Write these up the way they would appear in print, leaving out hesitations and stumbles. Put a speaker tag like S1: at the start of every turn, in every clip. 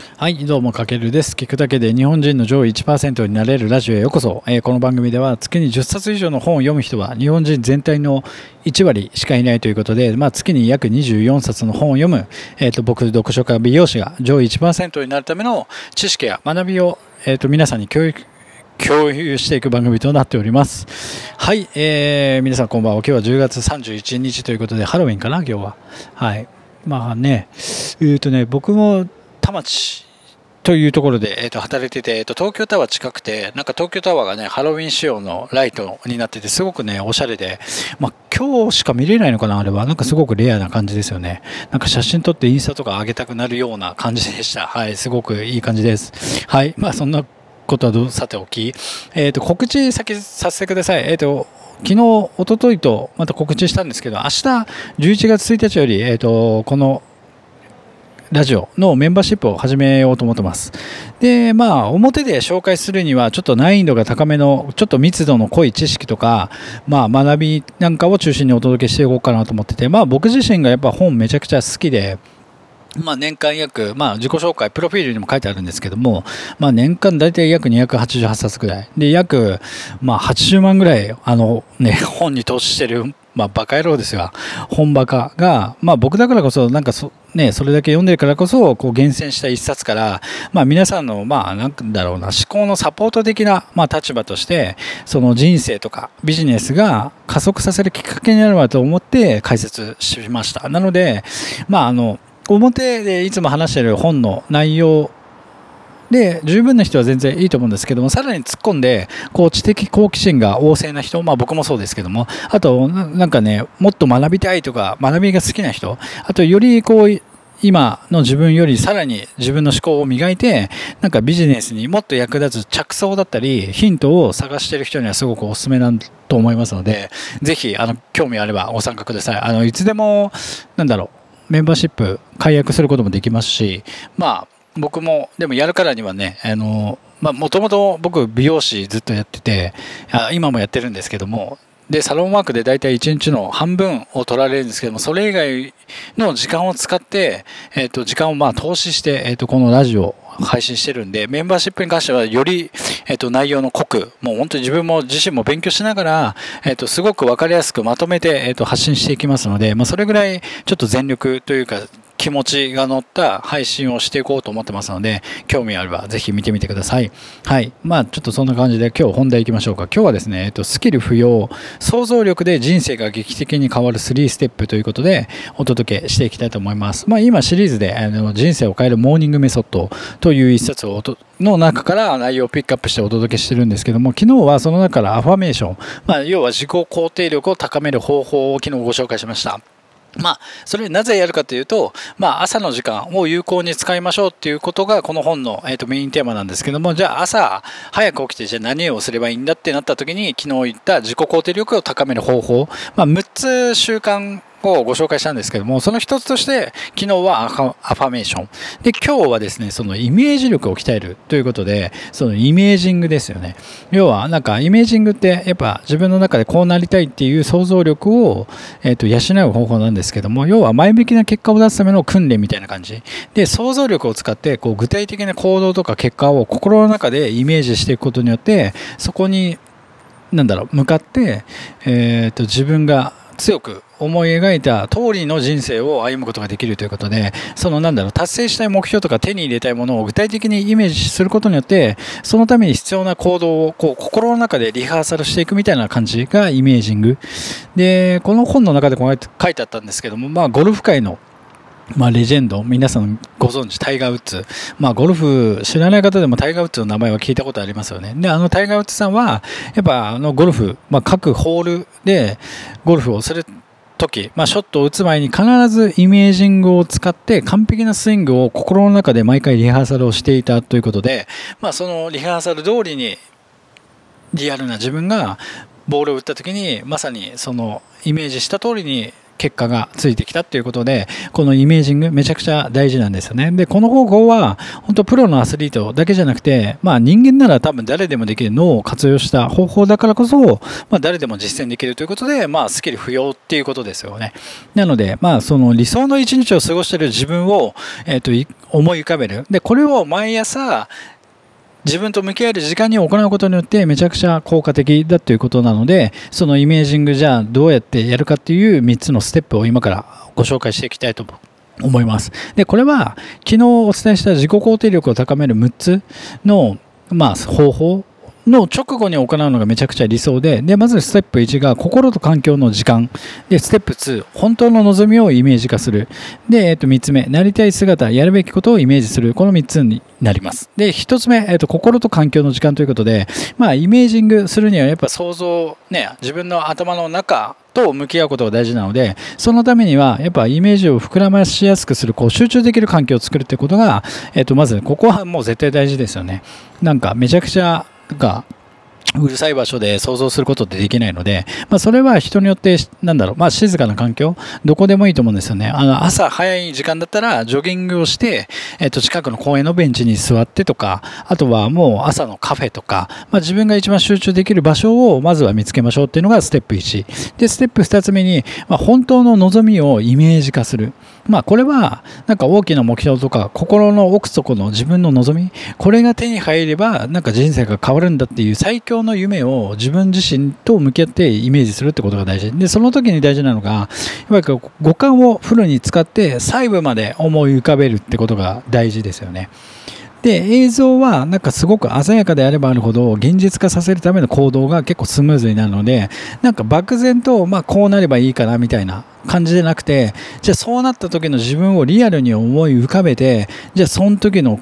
S1: はい、どうも、かけるです。聞くだけで日本人の上位 1% になれるラジオへようこそ。この番組では月に10冊以上の本を読む人は日本人全体の1割しかいないということで、月に約24冊の本を読む、僕、読書家、美容師が上位 1% になるための知識や学びを、皆さんに共有していく番組となっております。はい、皆さんこんばんは。今日は10月31日ということで、ハロウィンかな、今日は。はい。僕も田町というところで、働いてて、東京タワー近くて、なんか東京タワーがね、ハロウィン仕様のライトになってて、すごくね、おしゃれで、今日しか見れないのかな、あれは。なんかすごくレアな感じですよね。なんか写真撮ってインスタとか上げたくなるような感じでした。はい、すごくいい感じです。はい、そんなことはさておき、告知先させてください。昨日、一昨日とまた告知したんですけど、明日11月1日より、このラジオのメンバーシップを始めようと思ってます。で、表で紹介するにはちょっと難易度が高めの、ちょっと密度の濃い知識とか、学びなんかを中心にお届けしていこうかなと思ってて、僕自身がやっぱ本めちゃくちゃ好きで、年間約、自己紹介、プロフィールにも書いてあるんですけども、年間大体約288冊くらい。で、約、80万ぐらい、本に投資してる、バカ野郎ですよ。本バカが、僕だからこそ、それだけ読んでるからこそ、厳選した一冊から、皆さんの、思考のサポート的な、立場として、その人生とかビジネスが加速させるきっかけになるわと思って解説しました。なので、表でいつも話している本の内容で十分な人は全然いいと思うんですけども、さらに突っ込んで知的好奇心が旺盛な人、僕もそうですけども、あともっと学びたいとか学びが好きな人、あとより今の自分よりさらに自分の思考を磨いてビジネスにもっと役立つ着想だったりヒントを探している人にはすごくおすすめだと思いますので、ぜひ興味あればご参加ください。いつでもメンバーシップ解約することもできますし、僕もでもやるからにはね、もともと僕美容師ずっとやってて、今もやってるんですけども、でサロンワークでだいたい1日の半分を取られるんですけども、それ以外の時間を使って、時間を投資して、このラジオを配信してるんで、メンバーシップに関してはより、内容の濃く、もう本当に自分も自身も勉強しながら、すごく分かりやすくまとめて、発信していきますので、それぐらいちょっと全力というか気持ちが乗った配信をしていこうと思ってますので、興味あればぜひ見てみてください。はい。ちょっとそんな感じで今日本題いきましょうか。今日はですね、スキル不要、想像力で人生が劇的に変わる3ステップということでお届けしていきたいと思います。今シリーズで人生を変えるモーニングメソッドという一冊の中から内容をピックアップしてお届けしてるんですけども、昨日はその中からアファメーション、要は自己肯定力を高める方法を昨日ご紹介しました。それなぜやるかというと、朝の時間を有効に使いましょうっていうことがこの本の、メインテーマなんですけども、じゃあ朝早く起きてじゃあ何をすればいいんだってなった時に、昨日言った自己肯定力を高める方法、6つ習慣をご紹介したんですけども、その一つとして昨日はアファメーションで、今日はですね、そのイメージ力を鍛えるということで、そのイメージングですよね。要はイメージングってやっぱ自分の中でこうなりたいっていう想像力を、養う方法なんですけども、要は前向きな結果を出すための訓練みたいな感じで、想像力を使って具体的な行動とか結果を心の中でイメージしていくことによって、そこに向かって、自分が強く思い描いた通りの人生を歩むことができるということで、その達成したい目標とか手に入れたいものを具体的にイメージすることによって、そのために必要な行動を心の中でリハーサルしていくみたいな感じがイメージングで、この本の中で書いてあったんですけども、ゴルフ界のレジェンド、皆さんご存知タイガー・ウッズ、ゴルフ知らない方でもタイガー・ウッズの名前は聞いたことありますよね。でタイガー・ウッズさんはやっぱゴルフ、各ホールでゴルフをする時、ショットを打つ前に必ずイメージングを使って完璧なスイングを心の中で毎回リハーサルをしていたということで、そのリハーサル通りにリアルな自分がボールを打った時にまさにそのイメージした通りに結果がついてきたっていうことで、このイメージングめちゃくちゃ大事なんですよね。で、この方法は本当プロのアスリートだけじゃなくて、人間なら多分誰でもできる脳を活用した方法だからこそ、誰でも実践できるということで、スキル不要っていうことですよね。なので、その理想の一日を過ごしている自分を、思い浮かべる。で、これを毎朝自分と向き合える時間に行うことによってめちゃくちゃ効果的だということなので、そのイメージングじゃあどうやってやるかっていう3つのステップを今からご紹介していきたいと思います。で、これは昨日お伝えした自己肯定力を高める6つの、方法の直後に行うのがめちゃくちゃ理想で、まずステップ1が心と環境の時間。で、ステップ2、本当の望みをイメージ化する。で、3つ目、なりたい姿、やるべきことをイメージする。この3つになります。で、1つ目、心と環境の時間ということで、イメージングするにはやっぱ想像、自分の頭の中と向き合うことが大事なので、そのためにはやっぱイメージを膨らましやすくする、集中できる環境を作るってことが、まずここはもう絶対大事ですよね。なんかめちゃくちゃうるさい場所で想像することってできないので、それは人によって静かな環境どこでもいいと思うんですよね。朝早い時間だったらジョギングをして、近くの公園のベンチに座ってとか、あとはもう朝のカフェとか、自分が一番集中できる場所をまずは見つけましょうっていうのがステップ1で、ステップ2つ目に、本当の望みをイメージ化する。これは大きな目標とか心の奥底の自分の望み、これが手に入れば人生が変わるんだっていう最強の夢を自分自身と向き合ってイメージするってことが大事で、その時に大事なのがやっぱり五感をフルに使って細部まで思い浮かべるってことが大事ですよね。で、映像はすごく鮮やかであればあるほど現実化させるための行動が結構スムーズになるので、漠然とこうなればいいかなみたいな感じでなくて、じゃあそうなった時の自分をリアルに思い浮かべて、じゃあその時の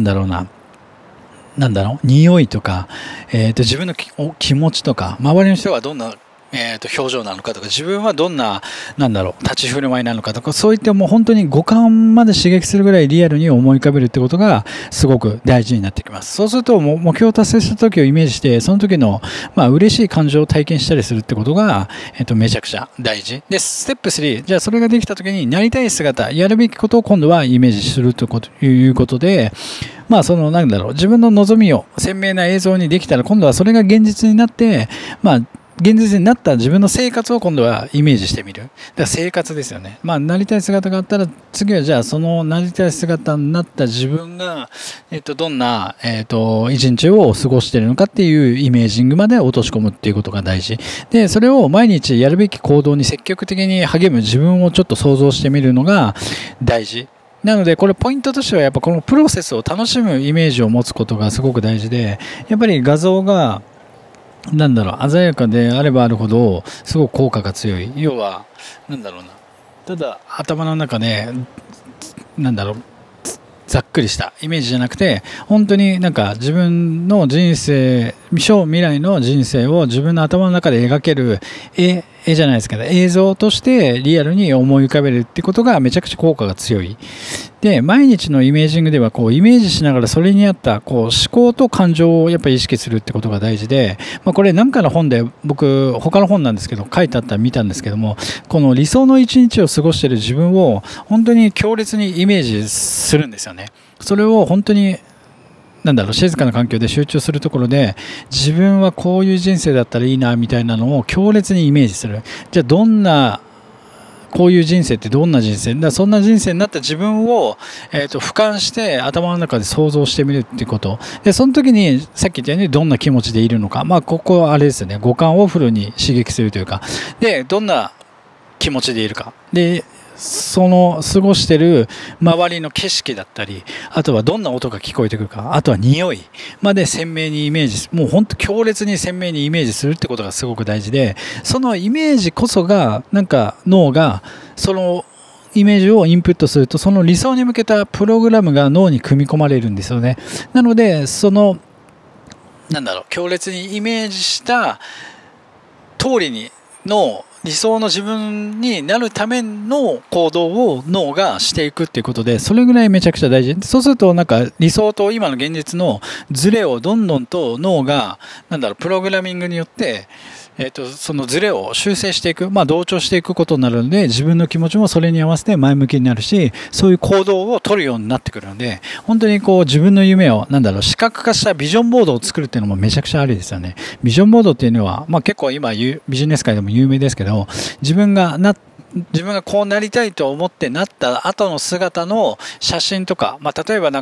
S1: 匂いとか、自分の気持ちとか、周りの人がどんな表情なのかとか、自分はどんな立ち振る舞いなのかとか、そういったもう本当に五感まで刺激するぐらいリアルに思い浮かべるってことがすごく大事になってきます。そうすると目標を達成した時をイメージして、その時の嬉しい感情を体験したりするってことがめちゃくちゃ大事で、ステップ3、じゃあそれができた時になりたい姿、やるべきことを今度はイメージするということで、自分の望みを鮮明な映像にできたら、今度はそれが現実になって、現実になった自分の生活を今度はイメージしてみる。だから生活ですよね。なりたい姿があったら、次はじゃあそのなりたい姿になった自分が、どんな、一日を過ごしているのかっていうイメージングまで落とし込むっていうことが大事。で、それを毎日やるべき行動に積極的に励む自分をちょっと想像してみるのが大事。なので、これポイントとしてはやっぱこのプロセスを楽しむイメージを持つことがすごく大事で、やっぱり画像が鮮やかであればあるほどすごく効果が強い。要はただ頭の中でざっくりしたイメージじゃなくて、本当に自分の人生、未来の人生を自分の頭の中で描ける絵じゃないですけど、映像としてリアルに思い浮かべるってことがめちゃくちゃ効果が強い。で、毎日のイメージングではイメージしながらそれに合った思考と感情をやっぱり意識するってことが大事で、これ何かの本で僕他の本なんですけど書いてあったら見たんですけども、この理想の一日を過ごしている自分を本当に強烈にイメージするんですよね。それを本当に静かな環境で集中するところで、自分はこういう人生だったらいいなみたいなのを強烈にイメージする。じゃあこういう人生ってどんな人生だ、そんな人生になった自分を、俯瞰して頭の中で想像してみるっていうことで、その時にさっき言ったようにどんな気持ちでいるのか、ここはあれですよね、五感をフルに刺激するというか、でどんな気持ちでいるかで、その過ごしてる周りの景色だったり、あとはどんな音が聞こえてくるか、あとは匂いまで鮮明にイメージ、もう本当強烈に鮮明にイメージするってことがすごく大事で、そのイメージこそが脳がそのイメージをインプットすると、その理想に向けたプログラムが脳に組み込まれるんですよね。なのでその強烈にイメージした通りにの理想の自分になるための行動を脳がしていくっていうことで、それぐらいめちゃくちゃ大事。そうすると理想と今の現実のズレをどんどんと脳がプログラミングによってそのズレを修正していく、同調していくことになるので、自分の気持ちもそれに合わせて前向きになるし、そういう行動を取るようになってくるので、本当に自分の夢を視覚化したビジョンボードを作るっていうのもめちゃくちゃありですよね。ビジョンボードっていうのは、結構今ビジネス界でも有名ですけど、自分がこうなりたいと思ってなった後の姿の写真とか、例えば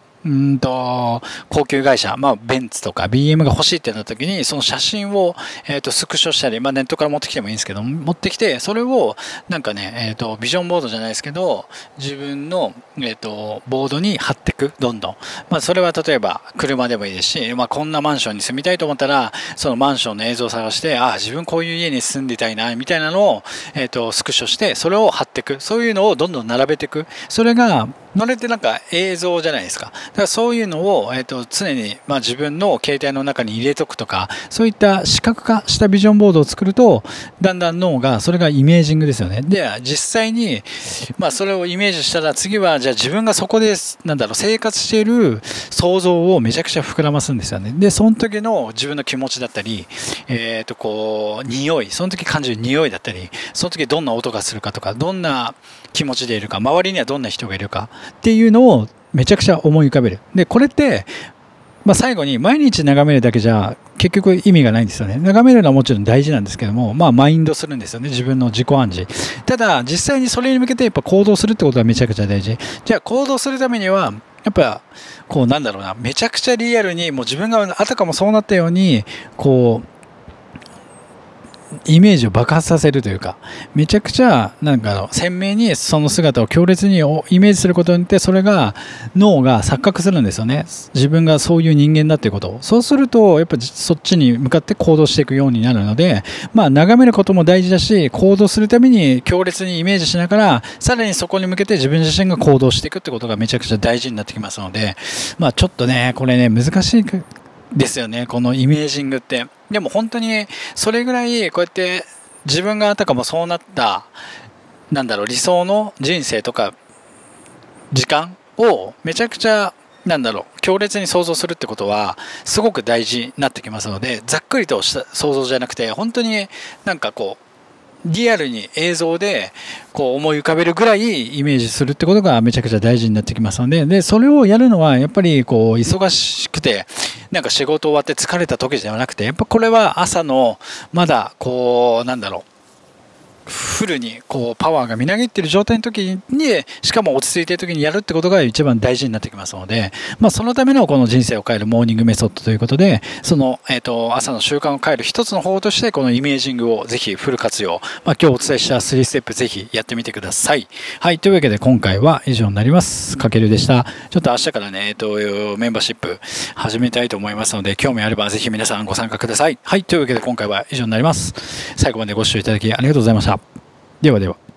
S1: 高級会社、ベンツとか BM が欲しいってなった時に、その写真を、スクショしたり、ネットから持ってきてもいいんですけど、持ってきて、それを、ビジョンボードじゃないですけど、自分の、ボードに貼っていく、どんどん。それは例えば、車でもいいですし、こんなマンションに住みたいと思ったら、そのマンションの映像を探して、自分こういう家に住んでたいな、みたいなのを、スクショして、それを貼っていく。そういうのをどんどん並べていく。それが、って映像じゃないですか。だからそういうのを、常に、自分の携帯の中に入れとくとか、そういった視覚化したビジョンボードを作ると、だんだん脳が、それがイメージングですよね。で、実際に、それをイメージしたら、次は、じゃあ自分がそこで、生活している想像をめちゃくちゃ膨らますんですよね。で、その時の自分の気持ちだったり、匂い、その時感じる匂いだったり、その時どんな音がするかとか、どんな気持ちでいるか、周りにはどんな人がいるかっていうのをめちゃくちゃ思い浮かべる。で、これって、最後に毎日眺めるだけじゃ結局意味がないんですよね。眺めるのはもちろん大事なんですけども、マインドするんですよね。自分の自己暗示。ただ、実際にそれに向けてやっぱ行動するってことはめちゃくちゃ大事。じゃあ行動するためには、やっぱ、めちゃくちゃリアルに、もう自分があたかもそうなったように、イメージを爆発させるというか、めちゃくちゃ鮮明にその姿を強烈にイメージすることによって、それが脳が錯覚するんですよね。自分がそういう人間だっていうことを。そうするとやっぱそっちに向かって行動していくようになるので、眺めることも大事だし、行動するために強烈にイメージしながら、さらにそこに向けて自分自身が行動していくってことがめちゃくちゃ大事になってきますので、ちょっとね、これね、難しいですよね、このイメージングって。でも本当にそれぐらいこうやって自分があたかもそうなった理想の人生とか時間をめちゃくちゃ強烈に想像するってことはすごく大事になってきますので、ざっくりとした想像じゃなくて、本当にリアルに映像で思い浮かべるぐらいイメージするってことがめちゃくちゃ大事になってきますので、でそれをやるのはやっぱり忙しくて仕事終わって疲れた時ではなくて、やっぱこれは朝のまだフルにパワーがみなぎっている状態の時に、しかも落ち着いている時にやるってことが一番大事になってきますので、そのためのこの人生を変えるモーニングメソッドということで、その、朝の習慣を変える一つの方法として、このイメージングをぜひフル活用、今日お伝えした3ステップぜひやってみてください。はい、というわけで今回は以上になります。かけるでした。ちょっと明日からね、メンバーシップ始めたいと思いますので、興味あればぜひ皆さんご参加ください。はい、というわけで今回は以上になります。最後までご視聴いただきありがとうございました。ではでは。